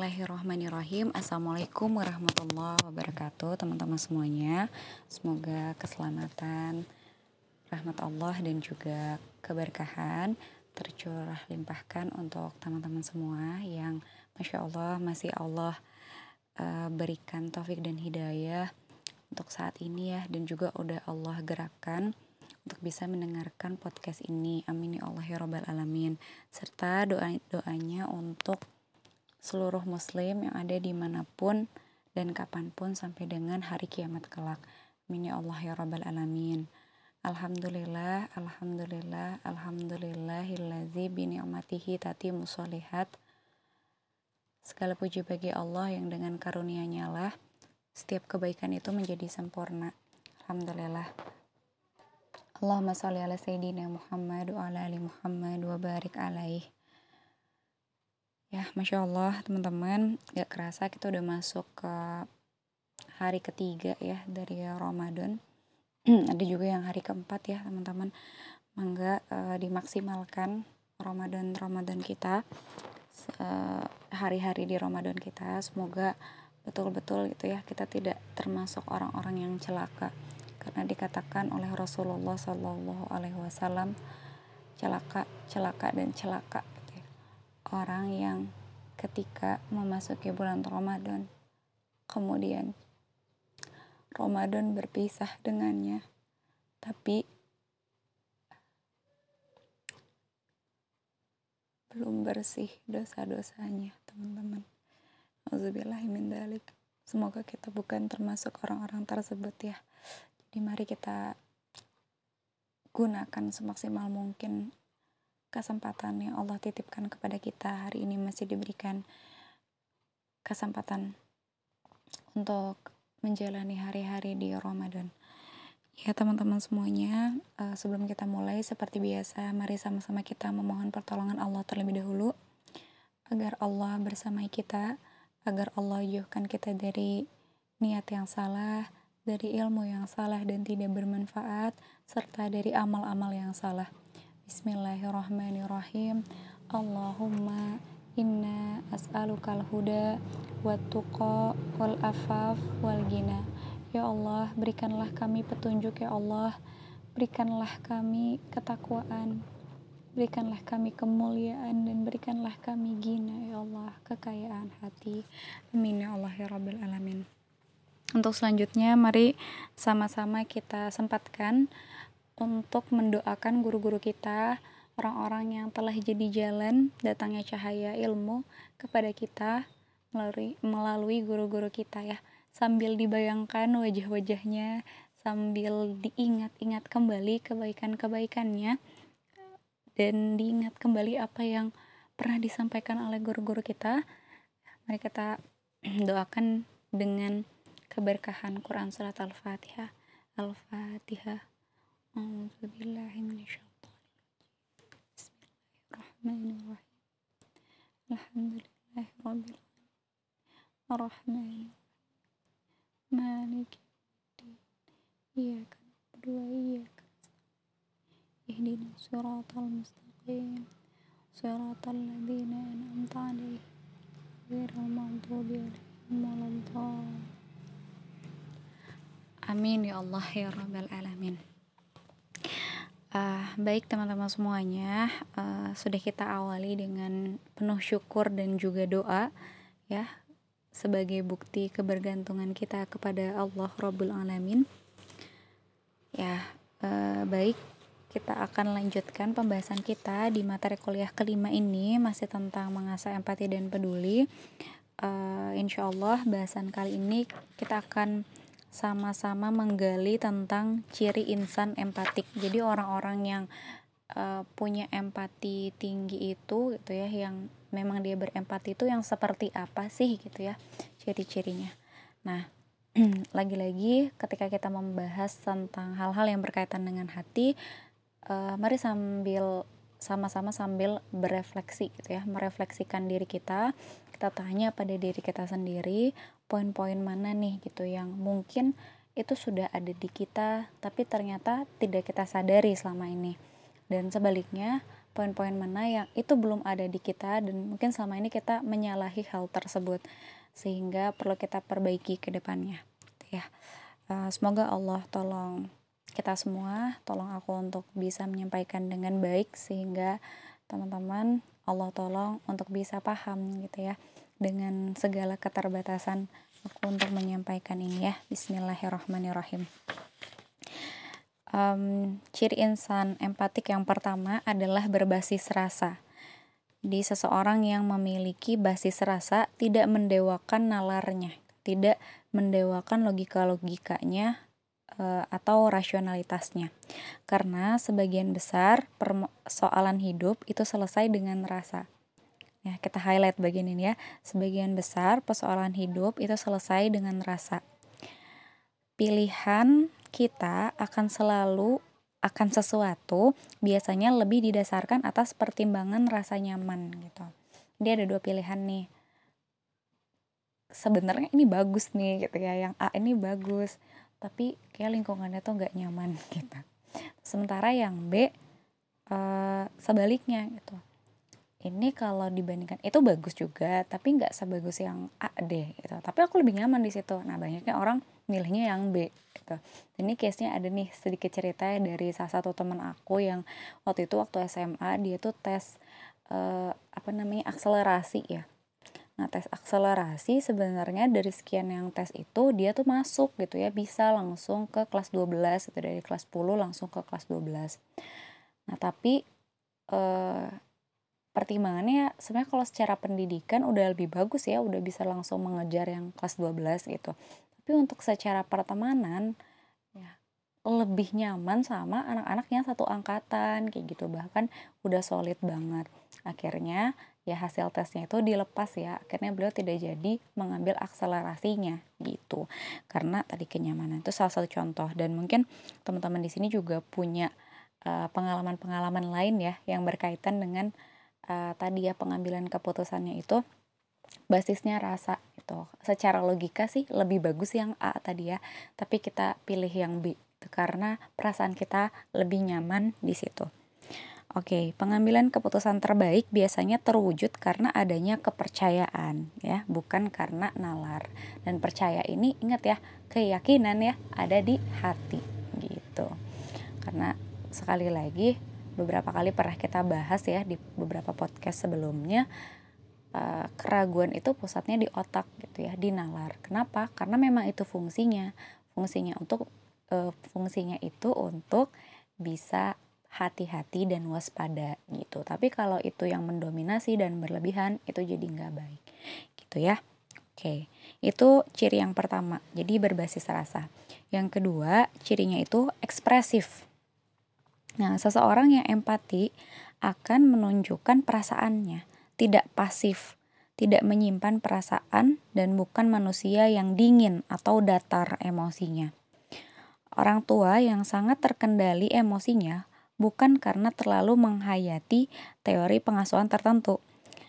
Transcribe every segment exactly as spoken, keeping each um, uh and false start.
Bismillahirrahmanirrahim. Assalamualaikum warahmatullahi wabarakatuh, teman-teman semuanya. Semoga keselamatan, rahmat Allah dan juga keberkahan tercurah limpahkan untuk teman-teman semua yang Masya Allah masih Allah uh, berikan taufik dan hidayah untuk saat ini ya, dan juga udah Allah gerakkan untuk bisa mendengarkan podcast ini. Amin ya Allah ya Rabbal Alamin. Serta doa-doanya untuk seluruh muslim yang ada dimanapun dan kapanpun sampai dengan hari kiamat kelak. Amin ya Allah ya Rabbal Alamin. Alhamdulillah, Alhamdulillah, Alhamdulillahillazi bini'matihi tatimmu sholihat. Segala puji bagi Allah yang dengan karunia-Nya lah setiap kebaikan itu menjadi sempurna. Alhamdulillah. Allahumma sholli ala sayyidina Muhammad wa ala ali Muhammad wa barik alaih. Ya, Masya Allah teman-teman, gak kerasa kita udah masuk ke hari ketiga ya dari Ramadan. Ada juga yang hari keempat ya teman-teman. Mangga uh, dimaksimalkan Ramadan-Ramadan kita, uh, hari-hari di Ramadan kita. Semoga betul-betul gitu ya, kita tidak termasuk orang-orang yang celaka. Karena dikatakan oleh Rasulullah Shallallahu Alaihi Wasallam, celaka, celaka dan celaka. Orang yang ketika memasuki bulan Ramadan, kemudian Ramadan berpisah dengannya, tapi belum bersih dosa-dosanya, teman-teman. Auzubillahi min dzalik. Semoga kita bukan termasuk orang-orang tersebut ya. Jadi mari kita gunakan semaksimal mungkin kesempatan yang Allah titipkan kepada kita. Hari ini masih diberikan kesempatan untuk menjalani hari-hari di Ramadan. Ya teman-teman semuanya, uh, sebelum kita mulai seperti biasa, mari sama-sama kita memohon pertolongan Allah terlebih dahulu agar Allah bersamai kita, agar Allah jauhkan kita dari niat yang salah, dari ilmu yang salah dan tidak bermanfaat, serta dari amal-amal yang salah. Bismillahirrahmanirrahim. Allahumma inna as'alukal huda wat tuqa wal afaf wal ghina. Ya Allah, berikanlah kami petunjuk ya Allah. Berikanlah kami ketakwaan. Berikanlah kami kemuliaan dan berikanlah kami ghina ya Allah, kekayaan hati. Amin ya Allah ya Rabbal Alamin. Untuk selanjutnya mari sama-sama kita sempatkan untuk mendoakan guru-guru kita, orang-orang yang telah jadi jalan datangnya cahaya ilmu kepada kita melalui melalui guru-guru kita ya. Sambil dibayangkan wajah-wajahnya, sambil diingat-ingat kembali kebaikan-kebaikannya, dan diingat kembali apa yang pernah disampaikan oleh guru-guru kita. Mari kita doakan dengan keberkahan Quran surat Al-Fatihah. Al-Fatihah. A'udzubillahi minasyaitonir rajim. Bismillahirrahmanirrahim. Alhamdulillahi rabbil alamin. Arrahmanirrahim. Maliki yaumiddin. Iyyaka na'budu wa iyyaka nasta'in. Ihdinas siratal mustaqim. Siratal ladzina an'amta 'alaihim ghairil maghdubi 'alaihim waladdallin. Amin ya Allah ya Rabbal Alamin. Uh, baik teman-teman semuanya, uh, sudah kita awali dengan penuh syukur dan juga doa ya, sebagai bukti kebergantungan kita kepada Allah Rabbul Alamin. Ya, uh, baik, kita akan lanjutkan pembahasan kita di materi kuliah kelima ini, masih tentang mengasah empati dan peduli. Uh, Insya Allah bahasan kali ini kita akan sama-sama menggali tentang ciri insan empatik. Jadi orang-orang yang uh, punya empati tinggi itu gitu ya, yang memang dia berempati itu yang seperti apa sih gitu ya ciri-cirinya. Nah, lagi-lagi ketika kita membahas tentang hal-hal yang berkaitan dengan hati, uh, mari sambil sama-sama sambil berefleksi gitu ya, merefleksikan diri kita. Kita tanya pada diri kita sendiri, poin-poin mana nih gitu yang mungkin itu sudah ada di kita tapi ternyata tidak kita sadari selama ini. Dan sebaliknya, poin-poin mana yang itu belum ada di kita dan mungkin selama ini kita menyalahi hal tersebut, sehingga perlu kita perbaiki ke depannya ya. Uh, semoga Allah tolong kita semua, tolong aku untuk bisa menyampaikan dengan baik, sehingga teman-teman Allah tolong untuk bisa paham gitu ya dengan segala keterbatasan aku untuk menyampaikan ini ya. Bismillahirrahmanirrahim. Um, ciri insan empatik yang pertama adalah berbasis rasa. Di seseorang yang memiliki basis rasa tidak mendewakan nalarnya, tidak mendewakan logika-logikanya uh, atau rasionalitasnya. Karena sebagian besar persoalan hidup itu selesai dengan rasa. Ya, kita highlight bagian ini ya. Sebagian besar persoalan hidup itu selesai dengan rasa. Pilihan kita akan selalu akan sesuatu biasanya lebih didasarkan atas pertimbangan rasa nyaman gitu. Dia ada dua pilihan nih. Sebenarnya ini bagus nih gitu ya, yang A ini bagus, tapi kayak lingkungannya tuh nggak nyaman gitu. Sementara yang B uh, sebaliknya gitu. Ini kalau dibandingkan itu bagus juga, tapi nggak sebagus yang A deh gitu. Tapi aku lebih nyaman di situ. Nah, banyaknya orang milihnya yang B gitu. Ini case-nya ada nih sedikit cerita dari salah satu teman aku yang waktu itu waktu S M A dia tuh tes uh, apa namanya akselerasi ya. Nah, tes akselerasi sebenarnya dari sekian yang tes itu dia tuh masuk gitu ya, bisa langsung ke kelas dua belas gitu, dari kelas sepuluh langsung ke kelas dua belas. Nah, tapi uh, pertimbangannya sebenarnya kalau secara pendidikan udah lebih bagus ya, udah bisa langsung mengejar yang kelas dua belas gitu. Tapi untuk secara pertemanan ya lebih nyaman sama anak-anak yang satu angkatan kayak gitu, bahkan udah solid banget. Akhirnya ya hasil tesnya itu dilepas ya, akhirnya beliau tidak jadi mengambil akselerasinya gitu. Karena tadi kenyamanan itu salah satu contoh, dan mungkin teman-teman di sini juga punya uh, pengalaman-pengalaman lain ya yang berkaitan dengan Uh, tadi ya pengambilan keputusannya itu basisnya rasa gitu. Secara logika sih lebih bagus yang A tadi ya, tapi kita pilih yang B gitu, karena perasaan kita lebih nyaman di situ. Oke, pengambilan keputusan terbaik biasanya terwujud karena adanya kepercayaan ya, bukan karena nalar. Dan percaya ini ingat ya, keyakinan ya ada di hati gitu. Karena sekali lagi beberapa kali pernah kita bahas ya di beberapa podcast sebelumnya, uh, keraguan itu pusatnya di otak gitu ya, di nalar. Kenapa? Karena memang itu fungsinya, fungsinya untuk uh, fungsinya itu untuk bisa hati-hati dan waspada gitu. Tapi kalau itu yang mendominasi dan berlebihan itu jadi nggak baik gitu ya. Oke, itu ciri yang pertama. Jadi berbasis rasa. Yang kedua, cirinya itu ekspresif. Nah, seseorang yang empati akan menunjukkan perasaannya, tidak pasif, tidak menyimpan perasaan, dan bukan manusia yang dingin atau datar emosinya. Orang tua yang sangat terkendali emosinya bukan karena terlalu menghayati teori pengasuhan tertentu,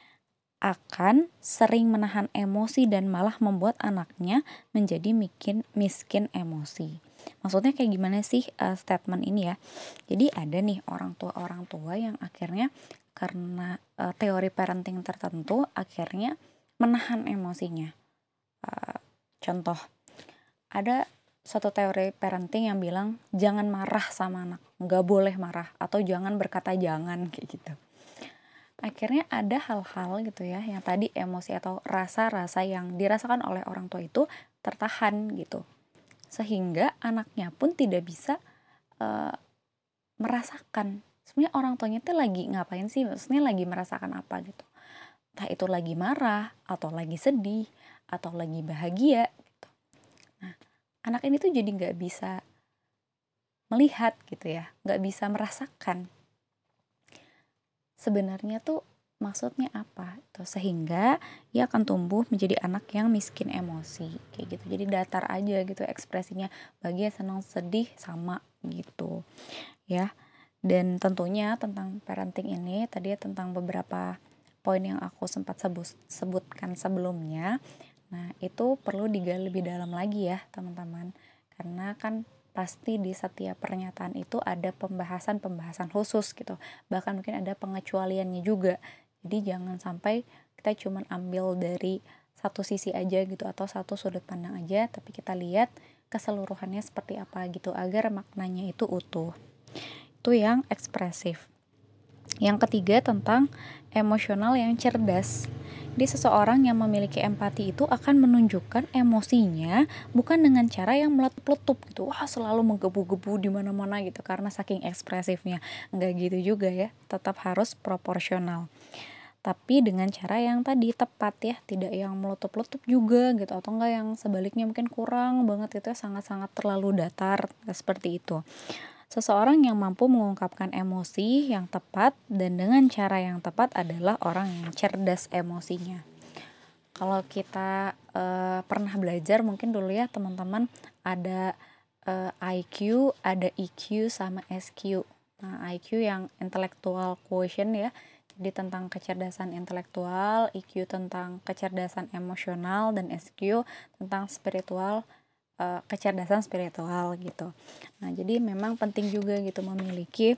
akan sering menahan emosi dan malah membuat anaknya menjadi miskin, miskin emosi. Maksudnya kayak gimana sih uh, statement ini ya? Jadi ada nih orang tua-orang tua yang akhirnya karena uh, teori parenting tertentu akhirnya menahan emosinya. Uh, contoh, ada suatu teori parenting yang bilang jangan marah sama anak, nggak boleh marah, atau jangan berkata jangan kayak gitu. Akhirnya ada hal-hal gitu ya yang tadi emosi atau rasa-rasa yang dirasakan oleh orang tua itu tertahan gitu, sehingga anaknya pun tidak bisa uh, merasakan sebenarnya orang tuanya itu lagi ngapain sih, maksudnya lagi merasakan apa gitu, entah itu lagi marah atau lagi sedih atau lagi bahagia gitu. Nah, anak ini tuh jadi nggak bisa melihat gitu ya, nggak bisa merasakan sebenarnya tuh maksudnya apa itu, sehingga ia akan tumbuh menjadi anak yang miskin emosi kayak gitu. Jadi datar aja gitu ekspresinya, bahagia, senang, sedih sama gitu ya. Dan tentunya tentang parenting ini tadi tentang beberapa poin yang aku sempat sebut, sebutkan sebelumnya. Nah, itu perlu digali lebih dalam lagi ya teman-teman, karena kan pasti di setiap pernyataan itu ada pembahasan-pembahasan khusus gitu, bahkan mungkin ada pengecualiannya juga. Jadi jangan sampai kita cuman ambil dari satu sisi aja gitu atau satu sudut pandang aja, tapi kita lihat keseluruhannya seperti apa gitu agar maknanya itu utuh. Itu yang ekspresif. Yang ketiga tentang emosional yang cerdas. Jadi seseorang yang memiliki empati itu akan menunjukkan emosinya bukan dengan cara yang meletup-letup gitu, wah selalu menggebu-gebu di mana-mana gitu karena saking ekspresifnya. Enggak gitu juga ya, tetap harus proporsional. Tapi dengan cara yang tadi tepat ya, tidak yang meletup-letup juga gitu, atau enggak yang sebaliknya mungkin kurang banget itu ya, sangat-sangat terlalu datar, seperti itu. Seseorang yang mampu mengungkapkan emosi yang tepat dan dengan cara yang tepat adalah orang yang cerdas emosinya. Kalau kita e, pernah belajar mungkin dulu ya teman-teman, ada e, I Q, ada E Q sama S Q. Nah, I Q yang intellectual quotient ya, jadi tentang kecerdasan intelektual, E Q tentang kecerdasan emosional, dan S Q tentang spiritual, uh, kecerdasan spiritual gitu. Nah, jadi memang penting juga gitu memiliki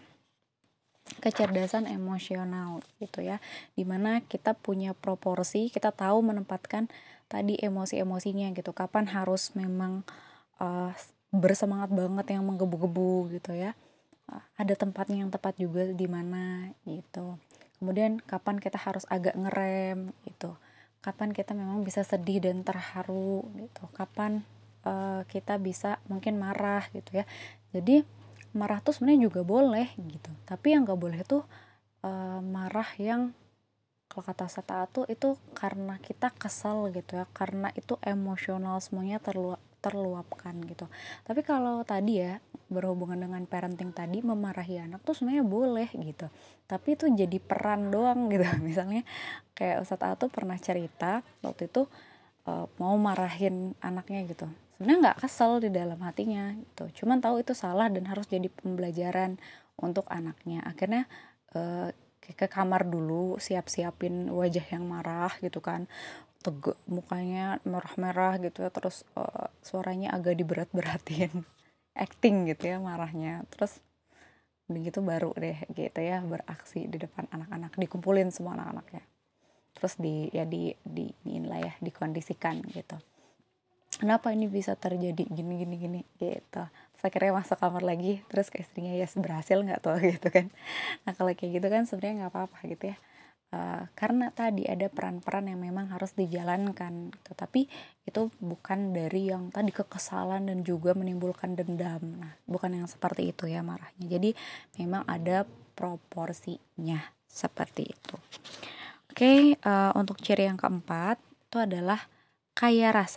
kecerdasan emosional gitu ya, dimana kita punya proporsi, kita tahu menempatkan tadi emosi-emosinya gitu, kapan harus memang uh, bersemangat banget yang menggebu-gebu gitu ya, uh, ada tempatnya yang tepat juga di mana gitu. Kemudian kapan kita harus agak ngerem gitu, kapan kita memang bisa sedih dan terharu gitu, kapan uh, kita bisa mungkin marah gitu ya. Jadi marah tuh sebenarnya juga boleh gitu, tapi yang gak boleh tuh uh, marah yang kalau kata Sata tuh itu karena kita kesal gitu ya, karena itu emosional semuanya terlu terluapkan gitu. Tapi kalau tadi ya berhubungan dengan parenting tadi, memarahi anak tuh sebenarnya boleh gitu, tapi itu jadi peran doang gitu. Misalnya kayak Ustadz A tuh pernah cerita waktu itu uh, mau marahin anaknya gitu, sebenarnya nggak kesel di dalam hatinya gitu, cuman tahu itu salah dan harus jadi pembelajaran untuk anaknya. Akhirnya uh, ke kamar dulu, siap-siapin wajah yang marah gitu kan, tegak mukanya merah-merah gitu ya, terus uh, suaranya agak diberat-beratin acting gitu ya marahnya, terus begitu baru deh gitu ya beraksi di depan anak-anak, dikumpulin semua anak-anaknya, terus di ya di di inilah ya dikondisikan gitu, kenapa ini bisa terjadi gini gini gini gitu. Terus akhirnya masuk kamar lagi, terus ke istrinya, ya yes, berhasil nggak tuh gitu kan. Nah kalau kayak gitu kan sebenarnya nggak apa-apa gitu ya. Uh, karena tadi ada peran-peran yang memang harus dijalankan gitu. Tapi itu bukan dari yang tadi kekesalan dan juga menimbulkan dendam. Nah, bukan yang seperti itu ya marahnya. Jadi memang ada proporsinya seperti itu. Oke, okay, uh, untuk ciri yang keempat itu adalah kaya rasa.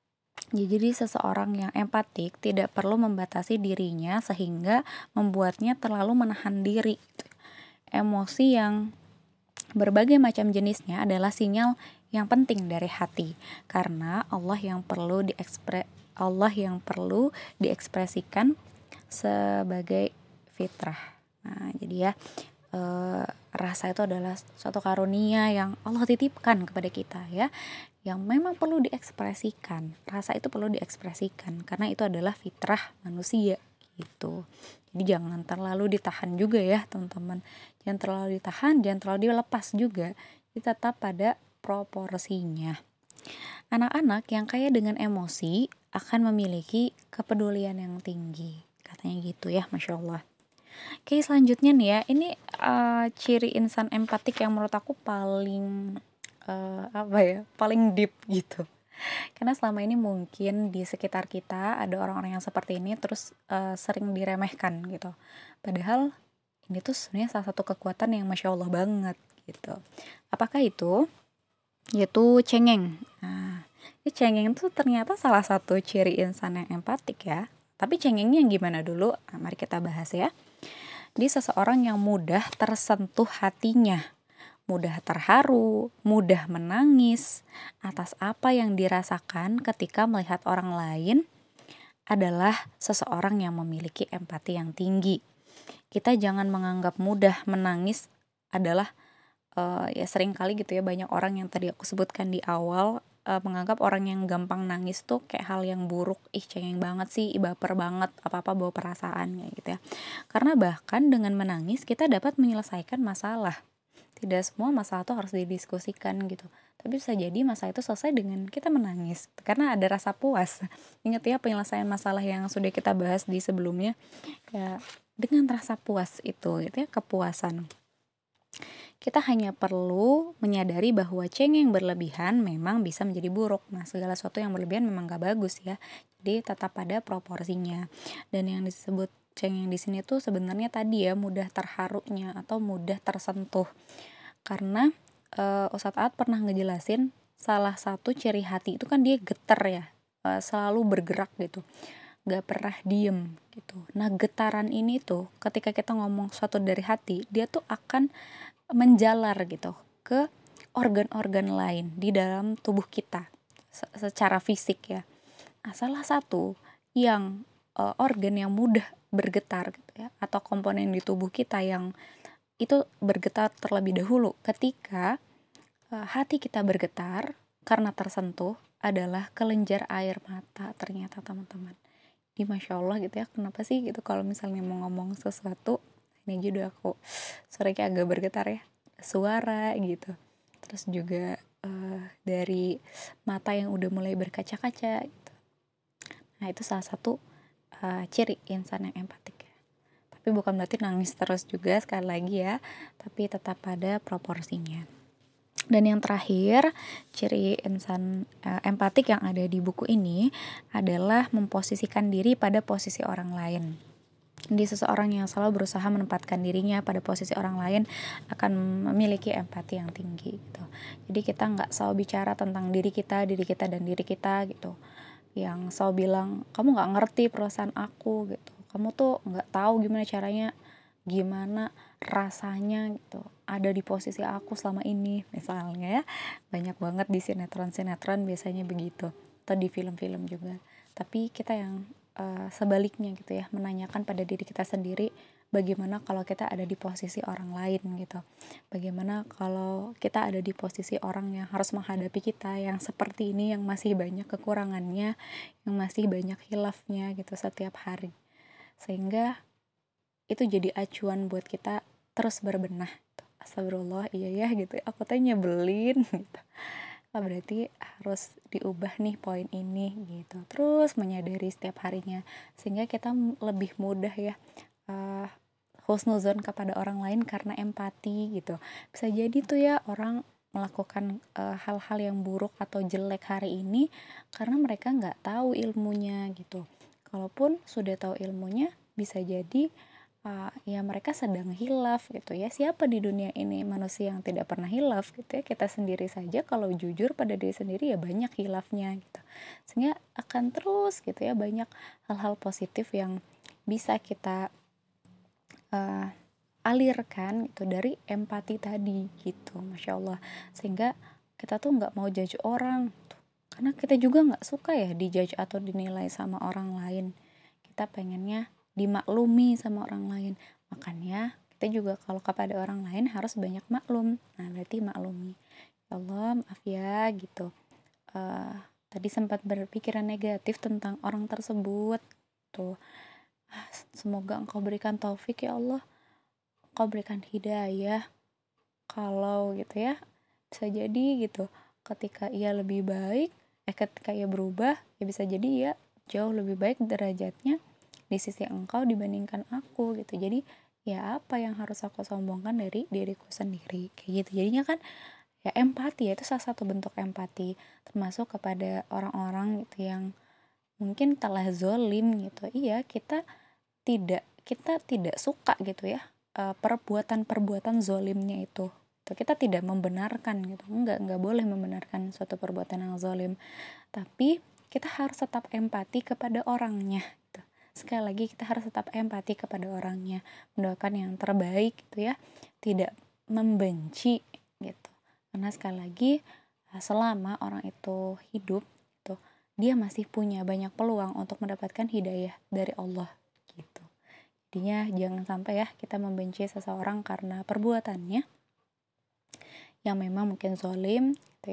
Jadi seseorang yang empatik tidak perlu membatasi dirinya sehingga membuatnya terlalu menahan diri. Emosi yang berbagai macam jenisnya adalah sinyal yang penting dari hati, karena Allah yang perlu diekspre Allah yang perlu diekspresikan sebagai fitrah. Nah, jadi ya e, rasa itu adalah suatu karunia yang Allah titipkan kepada kita ya, yang memang perlu diekspresikan. Rasa itu perlu diekspresikan karena itu adalah fitrah manusia gitu. Jadi jangan terlalu ditahan juga ya teman-teman, jangan terlalu ditahan, jangan terlalu dilepas juga, kita tetap pada proporsinya. Anak-anak yang kaya dengan emosi akan memiliki kepedulian yang tinggi, katanya gitu ya, Masya Allah. Oke, selanjutnya nih ya, ini uh, ciri insan empatik yang menurut aku paling uh, apa ya, paling deep gitu. Karena selama ini mungkin di sekitar kita ada orang-orang yang seperti ini, terus uh, sering diremehkan gitu. Padahal ini tuh sebenarnya salah satu kekuatan yang Masya Allah banget gitu. Apakah itu? Yaitu cengeng. Nah, ini cengeng tuh ternyata salah satu ciri insan yang empatik ya. Tapi cengengnya yang gimana dulu? Nah, mari kita bahas ya. Dia seseorang yang mudah tersentuh hatinya, mudah terharu, mudah menangis atas apa yang dirasakan ketika melihat orang lain, adalah seseorang yang memiliki empati yang tinggi. Kita jangan menganggap mudah menangis adalah uh, ya sering kali gitu ya, banyak orang yang tadi aku sebutkan di awal uh, menganggap orang yang gampang nangis tuh kayak hal yang buruk, ih cengeng banget sih, ih baper banget, apa-apa bawa perasaan kayak gitu ya. Karena bahkan dengan menangis kita dapat menyelesaikan masalah. Tidak semua masalah tuh harus didiskusikan gitu. Tapi bisa jadi masalah itu selesai dengan kita menangis karena ada rasa puas. Ingat ya penyelesaian masalah yang sudah kita bahas di sebelumnya, ya dengan rasa puas itu, gitu ya, kepuasan. Kita hanya perlu menyadari bahwa cengeng berlebihan memang bisa menjadi buruk. Nah, segala sesuatu yang berlebihan memang gak bagus ya. Jadi tetap pada proporsinya. Dan yang disebut cengeng di sini tuh sebenarnya tadi ya, mudah terharunya atau mudah tersentuh. Karena uh, Ustadz Aad pernah ngejelasin salah satu ciri hati itu kan dia getar ya, uh, selalu bergerak gitu, gak pernah diem gitu. Nah getaran ini tuh ketika kita ngomong sesuatu dari hati, dia tuh akan menjalar gitu ke organ-organ lain di dalam tubuh kita secara fisik ya. Nah, salah satu yang uh, organ yang mudah bergetar gitu ya, atau komponen di tubuh kita yang itu bergetar terlebih dahulu ketika uh, hati kita bergetar karena tersentuh adalah kelenjar air mata. Ternyata teman-teman, di Masya Allah gitu ya, kenapa sih gitu kalau misalnya mau ngomong sesuatu, ini juga aku suaranya agak bergetar ya, suara gitu, terus juga uh, dari mata yang udah mulai berkaca-kaca gitu. Nah itu salah satu uh, ciri insan yang empatik ya. Tapi bukan berarti nangis terus juga, sekali lagi ya, tapi tetap pada proporsinya. Dan yang terakhir, ciri insan uh, empatik yang ada di buku ini adalah memposisikan diri pada posisi orang lain. Di seseorang yang selalu berusaha menempatkan dirinya pada posisi orang lain akan memiliki empati yang tinggi gitu. Jadi kita nggak selalu bicara tentang diri kita, diri kita dan diri kita gitu. Yang selalu bilang kamu nggak ngerti perasaan aku gitu. Kamu tuh nggak tahu gimana caranya, gimana rasanya gitu ada di posisi aku selama ini misalnya ya. Banyak banget di sinetron-sinetron biasanya begitu, atau di film-film juga. Tapi kita yang Uh, sebaliknya gitu ya, menanyakan pada diri kita sendiri bagaimana kalau kita ada di posisi orang lain gitu, bagaimana kalau kita ada di posisi orang yang harus menghadapi kita yang seperti ini, yang masih banyak kekurangannya, yang masih banyak hilafnya gitu setiap hari, sehingga itu jadi acuan buat kita terus berbenah gitu. Astagfirullah, iya ya gitu, aku tuh nyebelin gitu. Oh, berarti harus diubah nih poin ini gitu. Terus menyadari setiap harinya sehingga kita lebih mudah ya uh, husnuzon kepada orang lain karena empati gitu. Bisa jadi tuh ya orang melakukan uh, hal-hal yang buruk atau jelek hari ini karena mereka nggak tahu ilmunya gitu. Kalaupun sudah tahu ilmunya, bisa jadi uh, ya mereka sedang hilaf gitu ya. Siapa di dunia ini manusia yang tidak pernah hilaf gitu ya. Kita sendiri saja kalau jujur pada diri sendiri ya banyak hilafnya gitu, sehingga akan terus gitu ya banyak hal-hal positif yang bisa kita uh, alirkan gitu dari empati tadi gitu. Masya Allah, sehingga kita tuh nggak mau judge orang tuh. Karena kita juga nggak suka ya dijudge atau dinilai sama orang lain. Kita pengennya dimaklumi sama orang lain. Makanya kita juga kalau kepada orang lain harus banyak maklum. Nah berarti maklumi. Ya Allah maaf ya gitu, uh, tadi sempat berpikiran negatif tentang orang tersebut tuh. Ah, semoga engkau berikan taufik ya Allah, engkau berikan hidayah. Kalau gitu ya, bisa jadi gitu ketika ia lebih baik, eh ketika ia berubah, ya bisa jadi ya jauh lebih baik derajatnya di sisi engkau dibandingkan aku gitu. Jadi ya apa yang harus aku sombongkan dari diriku sendiri kayak gitu. Jadinya kan ya empati ya, itu salah satu bentuk empati, termasuk kepada orang-orang gitu yang mungkin telah zolim gitu. Iya, kita tidak kita tidak suka gitu ya uh, perbuatan-perbuatan zolimnya itu. Tuh, kita tidak membenarkan gitu, enggak enggak boleh membenarkan suatu perbuatan yang zolim, tapi kita harus tetap empati kepada orangnya gitu. Sekali lagi kita harus tetap empati kepada orangnya, mendoakan yang terbaik gitu ya, tidak membenci gitu. Karena sekali lagi selama orang itu hidup gitu, dia masih punya banyak peluang untuk mendapatkan hidayah dari Allah gitu. Jadinya jangan sampai ya kita membenci seseorang karena perbuatannya yang memang mungkin zolim gitu ya,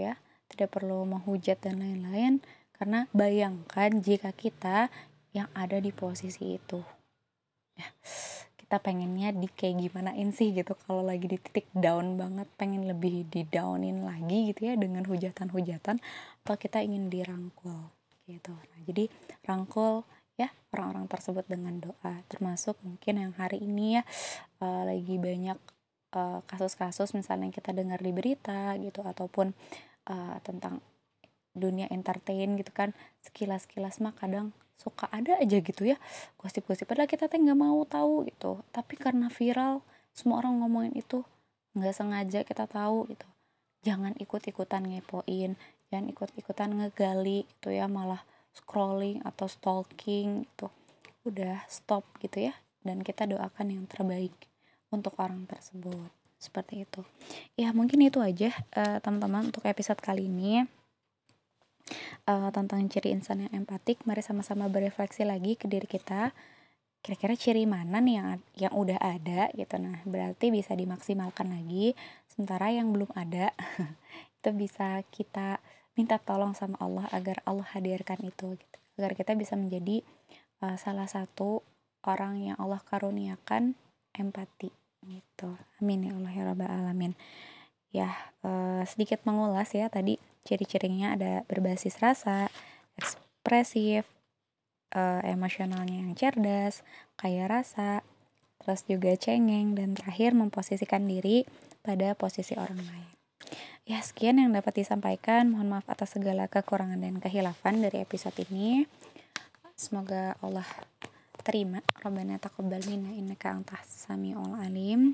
tidak perlu menghujat dan lain-lain, karena bayangkan jika kita yang ada di posisi itu, ya, kita pengennya di kayak gimanain sih gitu kalau lagi di titik down banget, pengen lebih di downin lagi gitu ya dengan hujatan-hujatan, atau kita ingin dirangkul gitu. Nah, jadi rangkul ya orang-orang tersebut dengan doa, termasuk mungkin yang hari ini ya uh, lagi banyak uh, kasus-kasus misalnya kita dengar di berita gitu, ataupun uh, tentang dunia entertain gitu kan, sekilas-sekilas mah kadang suka ada aja gitu ya gosip-gosip, padahal kita teh nggak mau tahu gitu, tapi karena viral semua orang ngomongin itu, nggak sengaja kita tahu gitu. Jangan ikut-ikutan ngepoin, jangan ikut-ikutan ngegali gitu ya, malah scrolling atau stalking gitu. Udah stop gitu ya, dan kita doakan yang terbaik untuk orang tersebut, seperti itu ya. Mungkin itu aja uh, teman-teman untuk episode kali ini uh, tentang ciri insan yang empatik. Mari sama-sama berefleksi lagi ke diri kita, kira-kira ciri mana nih yang yang udah ada gitu, nah berarti bisa dimaksimalkan lagi. Sementara yang belum ada itu bisa kita minta tolong sama Allah agar Allah hadirkan itu gitu, agar kita bisa menjadi uh, salah satu orang yang Allah karuniakan empati gitu. Amin ya Allah ya rabbal alamin. Ya, uh, sedikit mengulas ya tadi ciri-cirinya ada berbasis rasa, ekspresif, uh, emosionalnya yang cerdas, kaya rasa, terus juga cengeng, dan terakhir memposisikan diri pada posisi orang lain. Ya, sekian yang dapat disampaikan. Mohon maaf atas segala kekurangan dan kehilafan dari episode ini. Semoga Allah terima. Rabbana taqabbal minna innaka antas samiul alim.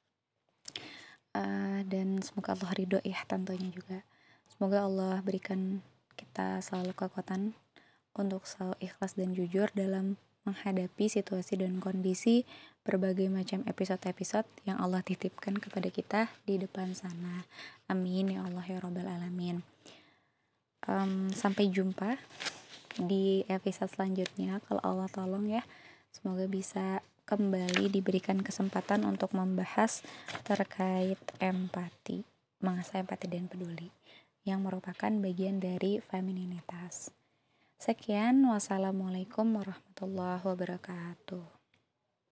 Uh, dan semoga Allah ridho ya tentunya juga. Semoga Allah berikan kita selalu kekuatan untuk selalu ikhlas dan jujur dalam menghadapi situasi dan kondisi berbagai macam episode-episode yang Allah titipkan kepada kita di depan sana. Amin ya Allah ya rabbal alamin. Um, sampai jumpa di episode selanjutnya kalau Allah tolong ya. Semoga bisa kembali diberikan kesempatan untuk membahas terkait empati, mengasah empati dan peduli, yang merupakan bagian dari femininitas. Sekian, wassalamualaikum warahmatullahi wabarakatuh.